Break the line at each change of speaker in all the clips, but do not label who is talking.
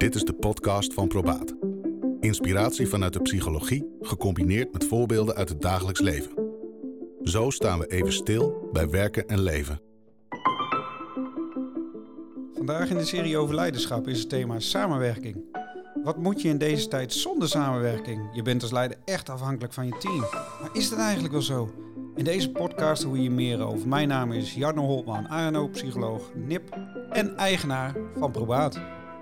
Dit is de podcast van Probaat. Inspiratie vanuit de psychologie, gecombineerd met voorbeelden uit het dagelijks leven. Zo staan we even stil bij werken en leven.
Vandaag in de serie over leiderschap is het thema samenwerking. Wat moet je in deze tijd zonder samenwerking? Je bent als leider echt afhankelijk van je team. Maar is dat eigenlijk wel zo? In deze podcast hoor je hier meer over. Mijn naam is Jarno Holtman, ANO-psycholoog, NIP en eigenaar van Probaat.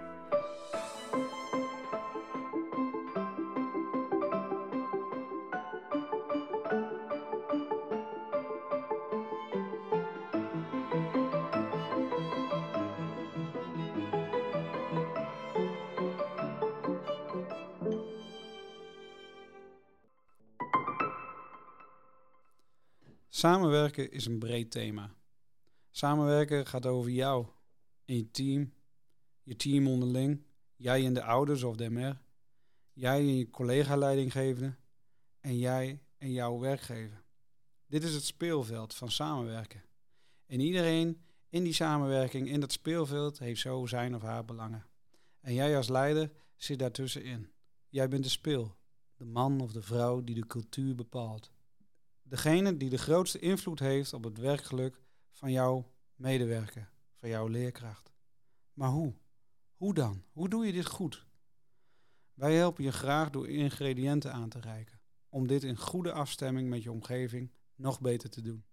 Samenwerken is een breed thema. Samenwerken gaat over jou en je team onderling, jij en de ouders of de MR, jij en je collega-leidinggevende en jij en jouw werkgever. Dit is het speelveld van samenwerken. En iedereen in die samenwerking, in dat speelveld, heeft zo zijn of haar belangen. En jij als leider zit daartussenin. Jij bent de speel, de man of de vrouw die de cultuur bepaalt. Degene die de grootste invloed heeft op het werkgeluk van jouw medewerker, van jouw leerkracht. Maar hoe? Hoe dan? Hoe doe je dit goed? Wij helpen je graag door ingrediënten aan te reiken, om dit in goede afstemming met je omgeving nog beter te doen.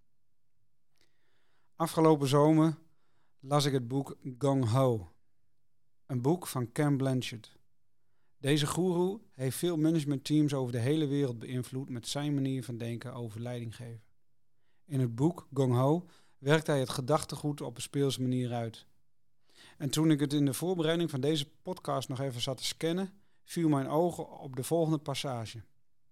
Afgelopen zomer las ik het boek Gung Ho, een boek van Ken Blanchard. Deze goeroe heeft veel managementteams over de hele wereld beïnvloed met zijn manier van denken over leidinggeven. In het boek Gung Ho werkt hij het gedachtegoed op een speelse manier uit. En toen ik het in de voorbereiding van deze podcast nog even zat te scannen, viel mijn ogen op de volgende passage.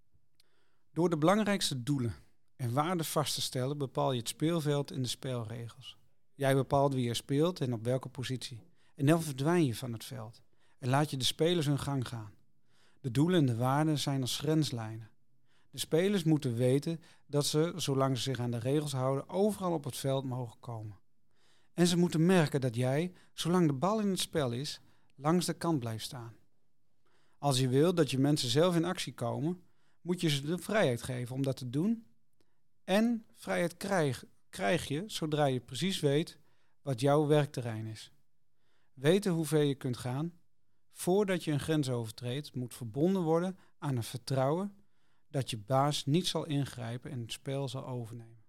Door de belangrijkste doelen en waarden vast te stellen bepaal je het speelveld in de spelregels. Jij bepaalt wie er speelt en op welke positie. En dan verdwijn je van het veld. En laat je de spelers hun gang gaan. De doelen en de waarden zijn als grenslijnen. De spelers moeten weten dat ze, zolang ze zich aan de regels houden, overal op het veld mogen komen. En ze moeten merken dat jij, zolang de bal in het spel is, langs de kant blijft staan. Als je wilt dat je mensen zelf in actie komen, moet je ze de vrijheid geven om dat te doen. En vrijheid krijg je zodra je precies weet wat jouw werkterrein is. Weten hoe ver je kunt gaan, voordat je een grens overtreedt, moet verbonden worden aan een vertrouwen dat je baas niet zal ingrijpen en het spel zal overnemen.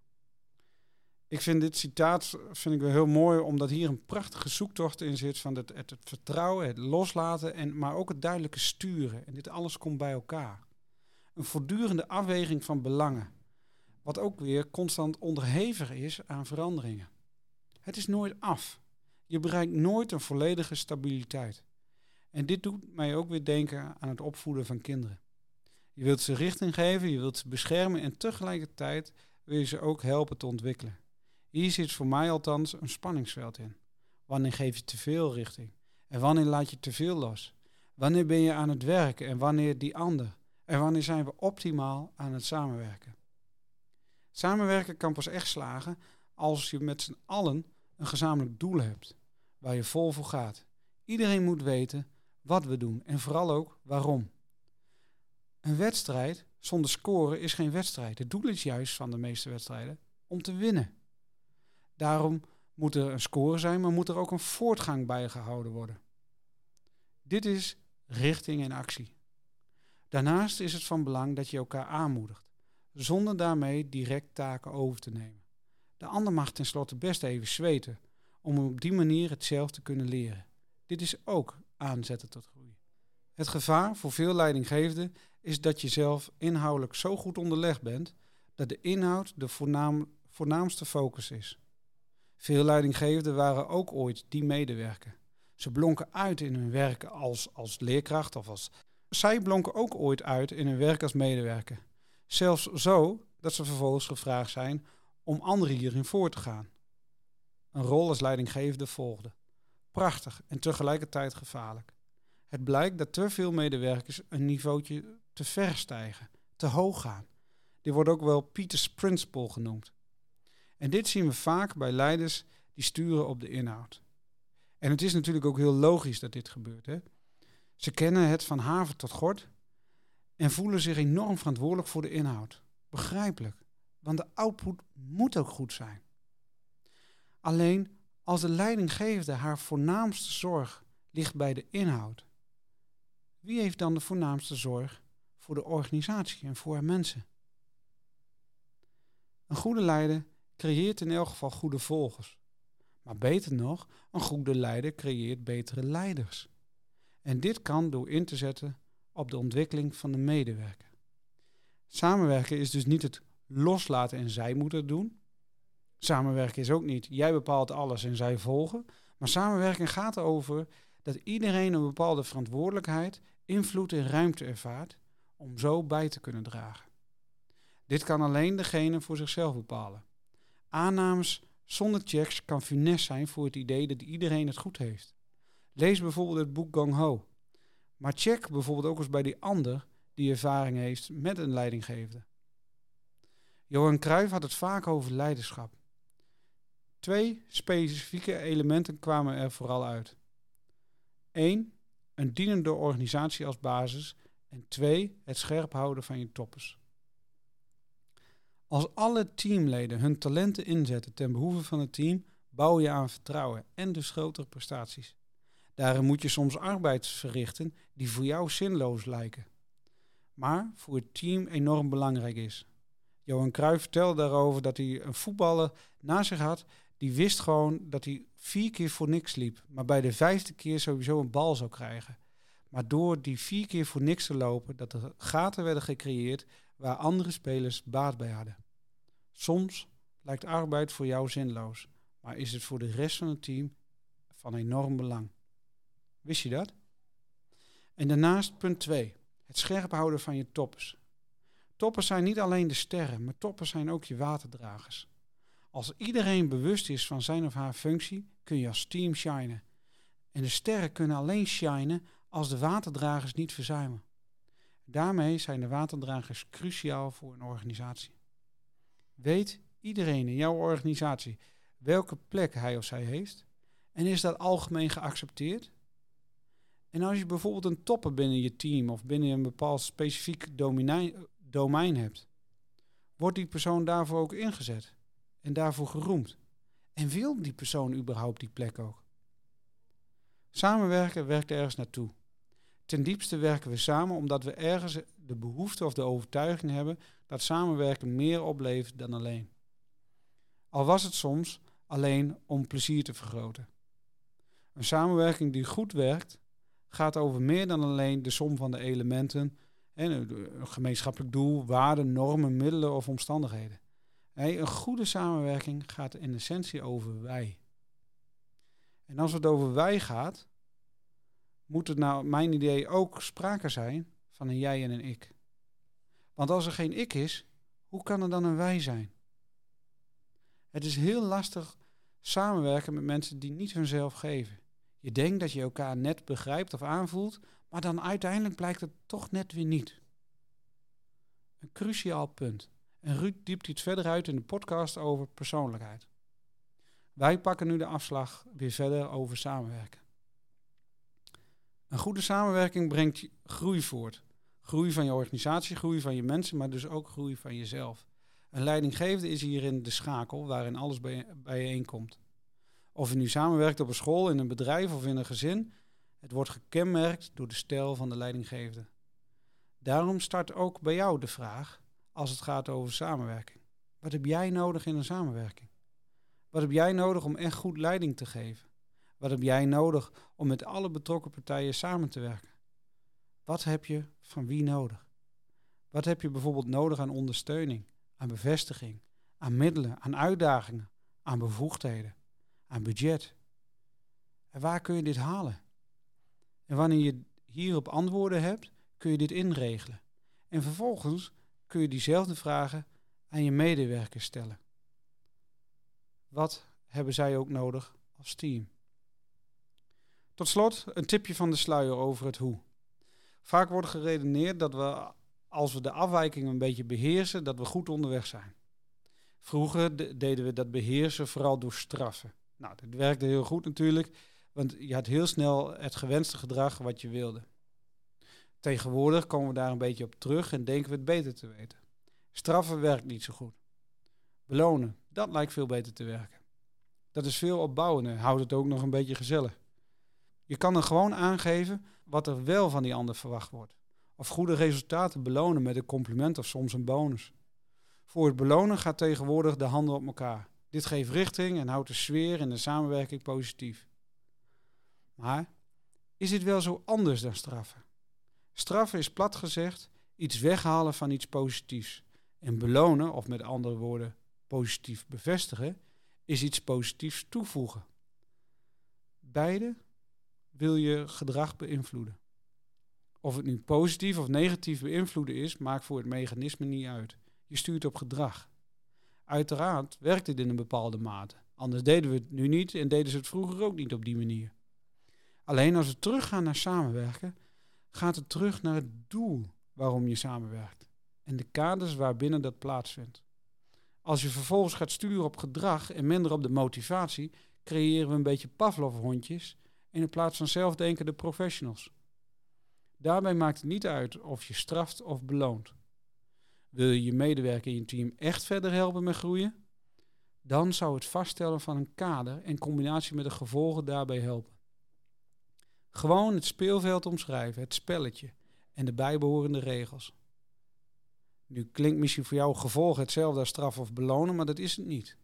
Ik vind dit citaat wel heel mooi, omdat hier een prachtige zoektocht in zit van het vertrouwen, het loslaten, maar ook het duidelijke sturen. En dit alles komt bij elkaar. Een voortdurende afweging van belangen, wat ook weer constant onderhevig is aan veranderingen. Het is nooit af. Je bereikt nooit een volledige stabiliteit. En dit doet mij ook weer denken aan het opvoeden van kinderen. Je wilt ze richting geven, je wilt ze beschermen en tegelijkertijd wil je ze ook helpen te ontwikkelen. Hier zit voor mij althans een spanningsveld in. Wanneer geef je te veel richting? En wanneer laat je te veel los? Wanneer ben je aan het werken en wanneer die ander? En wanneer zijn we optimaal aan het samenwerken? Samenwerken kan pas echt slagen als je met z'n allen een gezamenlijk doel hebt, waar je vol voor gaat. Iedereen moet weten wat we doen en vooral ook waarom. Een wedstrijd zonder scoren is geen wedstrijd. Het doel is juist van de meeste wedstrijden om te winnen. Daarom moet er een score zijn, maar moet er ook een voortgang bijgehouden worden. Dit is richting en actie. Daarnaast is het van belang dat je elkaar aanmoedigt, zonder daarmee direct taken over te nemen. De ander mag tenslotte best even zweten, om op die manier het zelf te kunnen leren. Dit is ook aanzetten tot groei. Het gevaar voor veel leidinggevenden is dat je zelf inhoudelijk zo goed onderlegd bent dat de inhoud de voornaamste focus is. Veel leidinggevenden waren ook ooit die medewerker. Ze blonken uit in hun werk als leerkracht Zij blonken ook ooit uit in hun werk als medewerker. Zelfs zo dat ze vervolgens gevraagd zijn om anderen hierin voor te gaan. Een rol als leidinggevende volgde. Prachtig en tegelijkertijd gevaarlijk. Het blijkt dat te veel medewerkers een niveautje te ver stijgen, te hoog gaan. Dit wordt ook wel Peters Principle genoemd. En dit zien we vaak bij leiders die sturen op de inhoud. En het is natuurlijk ook heel logisch dat dit gebeurt. Hè? Ze kennen het van haven tot gort en voelen zich enorm verantwoordelijk voor de inhoud. Begrijpelijk, want de output moet ook goed zijn. Alleen als de leidinggevende haar voornaamste zorg ligt bij de inhoud, wie heeft dan de voornaamste zorg voor de organisatie en voor haar mensen? Een goede leider creëert in elk geval goede volgers. Maar beter nog, een goede leider creëert betere leiders. En dit kan door in te zetten op de ontwikkeling van de medewerker. Samenwerken is dus niet het loslaten en zij moeten het doen. Samenwerken is ook niet jij bepaalt alles en zij volgen. Maar samenwerken gaat erover dat iedereen een bepaalde verantwoordelijkheid, invloed en ruimte ervaart om zo bij te kunnen dragen. Dit kan alleen degene voor zichzelf bepalen. Aannames zonder checks kan funest zijn voor het idee dat iedereen het goed heeft. Lees bijvoorbeeld het boek Gong Ho. Maar check bijvoorbeeld ook eens bij die ander die ervaring heeft met een leidinggevende. Johan Cruijff had het vaak over leiderschap. 2 specifieke elementen kwamen er vooral uit. 1. Een dienende organisatie als basis. En 2. Het scherp houden van je toppers. Als alle teamleden hun talenten inzetten ten behoeve van het team, bouw je aan vertrouwen en dus grotere prestaties. Daarin moet je soms arbeid verrichten die voor jou zinloos lijken, maar voor het team enorm belangrijk is. Johan Cruijff vertelde daarover dat hij een voetballer naast zich had die wist gewoon dat hij 4 keer voor niks liep, maar bij de 5e keer sowieso een bal zou krijgen. Maar door die 4 keer voor niks te lopen, dat er gaten werden gecreëerd waar andere spelers baat bij hadden. Soms lijkt arbeid voor jou zinloos, maar is het voor de rest van het team van enorm belang. Wist je dat? En daarnaast punt 2. Het scherp houden van je toppers. Toppers zijn niet alleen de sterren, maar toppers zijn ook je waterdragers. Als iedereen bewust is van zijn of haar functie, kun je als team shinen. En de sterren kunnen alleen shinen als de waterdragers niet verzuimen. Daarmee zijn de waterdragers cruciaal voor een organisatie. Weet iedereen in jouw organisatie welke plek hij of zij heeft? En is dat algemeen geaccepteerd? En als je bijvoorbeeld een topper binnen je team of binnen een bepaald specifiek domein hebt, wordt die persoon daarvoor ook ingezet en daarvoor geroemd? En wil die persoon überhaupt die plek ook? Samenwerken werkt ergens naartoe. Ten diepste werken we samen omdat we ergens de behoefte of de overtuiging hebben dat samenwerken meer oplevert dan alleen. Al was het soms alleen om plezier te vergroten. Een samenwerking die goed werkt gaat over meer dan alleen de som van de elementen, een gemeenschappelijk doel, waarden, normen, middelen of omstandigheden. Een goede samenwerking gaat in essentie over wij. En als het over wij gaat, moet er naar mijn idee ook sprake zijn van een jij en een ik. Want als er geen ik is, hoe kan er dan een wij zijn? Het is heel lastig samenwerken met mensen die niet hunzelf geven. Je denkt dat je elkaar net begrijpt of aanvoelt, maar dan uiteindelijk blijkt het toch net weer niet. Een cruciaal punt. En Ruud diept iets verder uit in de podcast over persoonlijkheid. Wij pakken nu de afslag weer verder over samenwerken. Een goede samenwerking brengt groei voort. Groei van je organisatie, groei van je mensen, maar dus ook groei van jezelf. Een leidinggevende is hierin de schakel waarin alles bijeenkomt. Of je nu samenwerkt op een school, in een bedrijf of in een gezin, het wordt gekenmerkt door de stijl van de leidinggevende. Daarom start ook bij jou de vraag, als het gaat over samenwerking. Wat heb jij nodig in een samenwerking? Wat heb jij nodig om echt goed leiding te geven? Wat heb jij nodig om met alle betrokken partijen samen te werken? Wat heb je van wie nodig? Wat heb je bijvoorbeeld nodig aan ondersteuning, aan bevestiging, aan middelen, aan uitdagingen, aan bevoegdheden, aan budget? En waar kun je dit halen? En wanneer je hierop antwoorden hebt, kun je dit inregelen. En vervolgens kun je diezelfde vragen aan je medewerkers stellen. Wat hebben zij ook nodig als team? Tot slot een tipje van de sluier over het hoe. Vaak wordt geredeneerd dat we, als we de afwijkingen een beetje beheersen, dat we goed onderweg zijn. Vroeger deden we dat beheersen vooral door straffen. Nou, dat werkte heel goed natuurlijk, want je had heel snel het gewenste gedrag wat je wilde. Tegenwoordig komen we daar een beetje op terug en denken we het beter te weten. Straffen werkt niet zo goed. Belonen, dat lijkt veel beter te werken. Dat is veel opbouwender, houdt het ook nog een beetje gezellig. Je kan er gewoon aangeven wat er wel van die ander verwacht wordt. Of goede resultaten belonen met een compliment of soms een bonus. Voor het belonen gaat tegenwoordig de handen op elkaar. Dit geeft richting en houdt de sfeer en de samenwerking positief. Maar is dit wel zo anders dan straffen? Straffen is plat gezegd iets weghalen van iets positiefs. En belonen, of met andere woorden positief bevestigen, is iets positiefs toevoegen. Beide wil je gedrag beïnvloeden. Of het nu positief of negatief beïnvloeden is, maakt voor het mechanisme niet uit. Je stuurt op gedrag. Uiteraard werkt dit in een bepaalde mate. Anders deden we het nu niet en deden ze het vroeger ook niet op die manier. Alleen als we teruggaan naar samenwerken, gaat het terug naar het doel waarom je samenwerkt. En de kaders waarbinnen dat plaatsvindt. Als je vervolgens gaat sturen op gedrag en minder op de motivatie, creëren we een beetje Pavlov-hondjes in plaats van zelfdenkende professionals. Daarbij maakt het niet uit of je straft of beloont. Wil je je medewerker in je team echt verder helpen met groeien? Dan zou het vaststellen van een kader in combinatie met de gevolgen daarbij helpen. Gewoon het speelveld omschrijven, het spelletje en de bijbehorende regels. Nu klinkt misschien voor jou gevolg hetzelfde als straf of belonen, maar dat is het niet.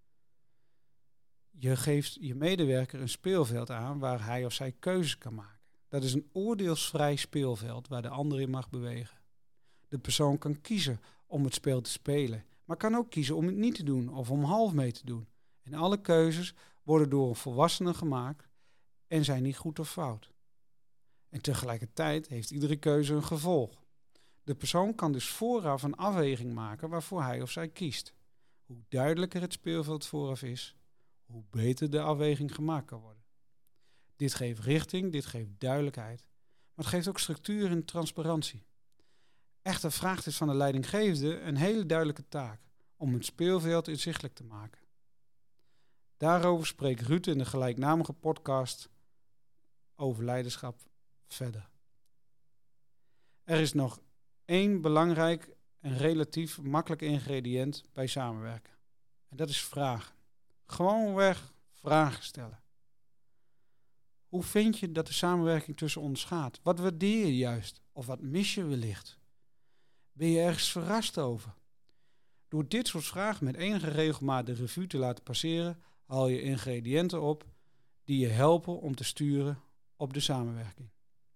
Je geeft je medewerker een speelveld aan waar hij of zij keuzes kan maken. Dat is een oordeelsvrij speelveld waar de ander in mag bewegen. De persoon kan kiezen om het spel te spelen, maar kan ook kiezen om het niet te doen of om half mee te doen. En alle keuzes worden door een volwassene gemaakt en zijn niet goed of fout. En tegelijkertijd heeft iedere keuze een gevolg. De persoon kan dus vooraf een afweging maken waarvoor hij of zij kiest. Hoe duidelijker het speelveld vooraf is, hoe beter de afweging gemaakt kan worden. Dit geeft richting, dit geeft duidelijkheid, maar het geeft ook structuur en transparantie. Echter vraagt het van de leidinggevende een hele duidelijke taak om het speelveld inzichtelijk te maken. Daarover spreekt Ruud in de gelijknamige podcast over leiderschap verder. Er is nog één belangrijk en relatief makkelijk ingrediënt bij samenwerken. En dat is vragen. Gewoonweg vragen stellen. Hoe vind je dat de samenwerking tussen ons gaat? Wat waardeer je juist? Of wat mis je wellicht? Ben je ergens verrast over? Door dit soort vragen met enige regelmaat de revue te laten passeren, haal je ingrediënten op die je helpen om te sturen op de samenwerking.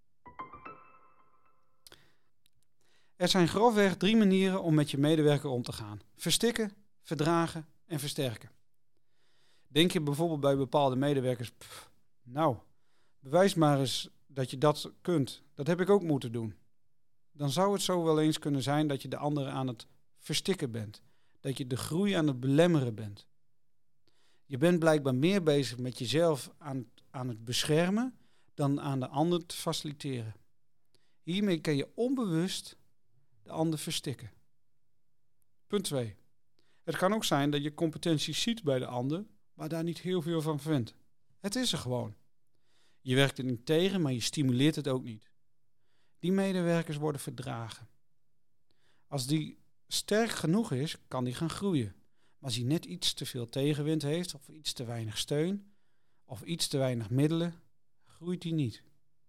Er zijn grofweg 3 manieren om met je medewerker om te gaan. Verstikken, verdragen en versterken. Denk je bijvoorbeeld bij bepaalde medewerkers, bewijs maar eens dat je dat kunt. Dat heb ik ook moeten doen. Dan zou het zo wel eens kunnen zijn dat je de anderen aan het verstikken bent. Dat je de groei aan het belemmeren bent. Je bent blijkbaar meer bezig met jezelf aan het beschermen dan aan de ander te faciliteren. Hiermee kan je onbewust de ander verstikken. Punt 2. Het kan ook zijn dat je competenties ziet bij de ander, maar daar niet heel veel van vindt. Het is er gewoon. Je werkt het niet tegen, maar je stimuleert het ook niet. Die medewerkers worden verdragen. Als die sterk genoeg is, kan die gaan groeien. Maar als hij net iets te veel tegenwind heeft, of iets te weinig steun, of iets te weinig middelen, groeit hij niet.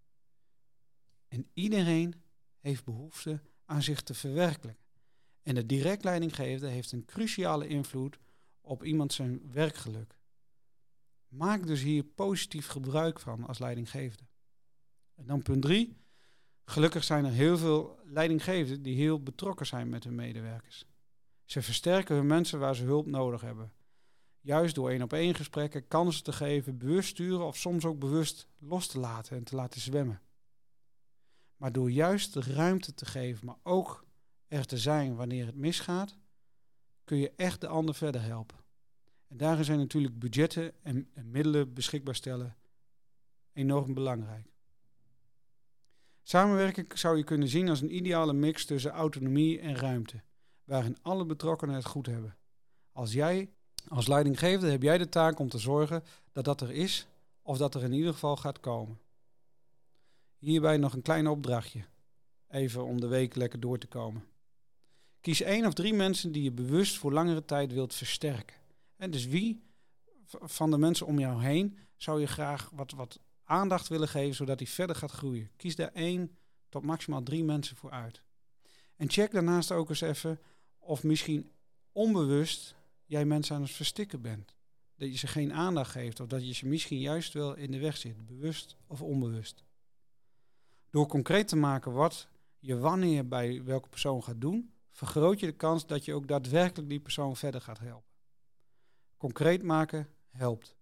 En iedereen heeft behoefte aan zich te verwerkelijken. En de direct leidinggevende heeft een cruciale invloed op iemand zijn werkgeluk. Maak dus hier positief gebruik van als leidinggevende. En dan punt 3. Gelukkig zijn er heel veel leidinggevenden die heel betrokken zijn met hun medewerkers. Ze versterken hun mensen waar ze hulp nodig hebben. Juist door 1-op-1 gesprekken, kansen te geven, bewust sturen of soms ook bewust los te laten en te laten zwemmen. Maar door juist de ruimte te geven, maar ook er te zijn wanneer het misgaat, kun je echt de ander verder helpen. En daarin zijn natuurlijk budgetten en middelen beschikbaar stellen enorm belangrijk. Samenwerken zou je kunnen zien als een ideale mix tussen autonomie en ruimte, waarin alle betrokkenen het goed hebben. Als leidinggevende heb jij de taak om te zorgen dat dat er is, of dat er in ieder geval gaat komen. Hierbij nog een klein opdrachtje. Even om de week lekker door te komen. Kies 1 of 3 mensen die je bewust voor langere tijd wilt versterken. En dus wie van de mensen om jou heen zou je graag wat aandacht willen geven, zodat hij verder gaat groeien. Kies daar 1 tot maximaal 3 mensen voor uit. En check daarnaast ook eens even of misschien onbewust jij mensen aan het verstikken bent. Dat je ze geen aandacht geeft of dat je ze misschien juist wel in de weg zit, bewust of onbewust. Door concreet te maken wat je wanneer bij welke persoon gaat doen, vergroot je de kans dat je ook daadwerkelijk die persoon verder gaat helpen. Concreet maken helpt.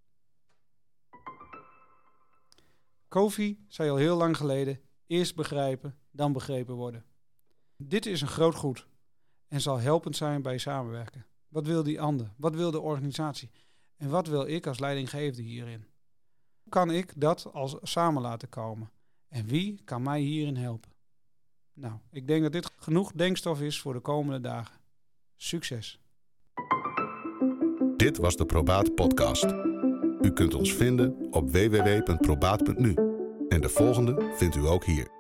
Covey zei al heel lang geleden, eerst begrijpen, dan begrepen worden. Dit is een groot goed en zal helpend zijn bij samenwerken. Wat wil die ander? Wat wil de organisatie? En wat wil ik als leidinggevende hierin? Hoe kan ik dat als samen laten komen? En wie kan mij hierin helpen? Nou, ik denk dat dit genoeg denkstof is voor de komende dagen. Succes!
Dit was de Probaat podcast. U kunt ons vinden op www.probaat.nu. En de volgende vindt u ook hier.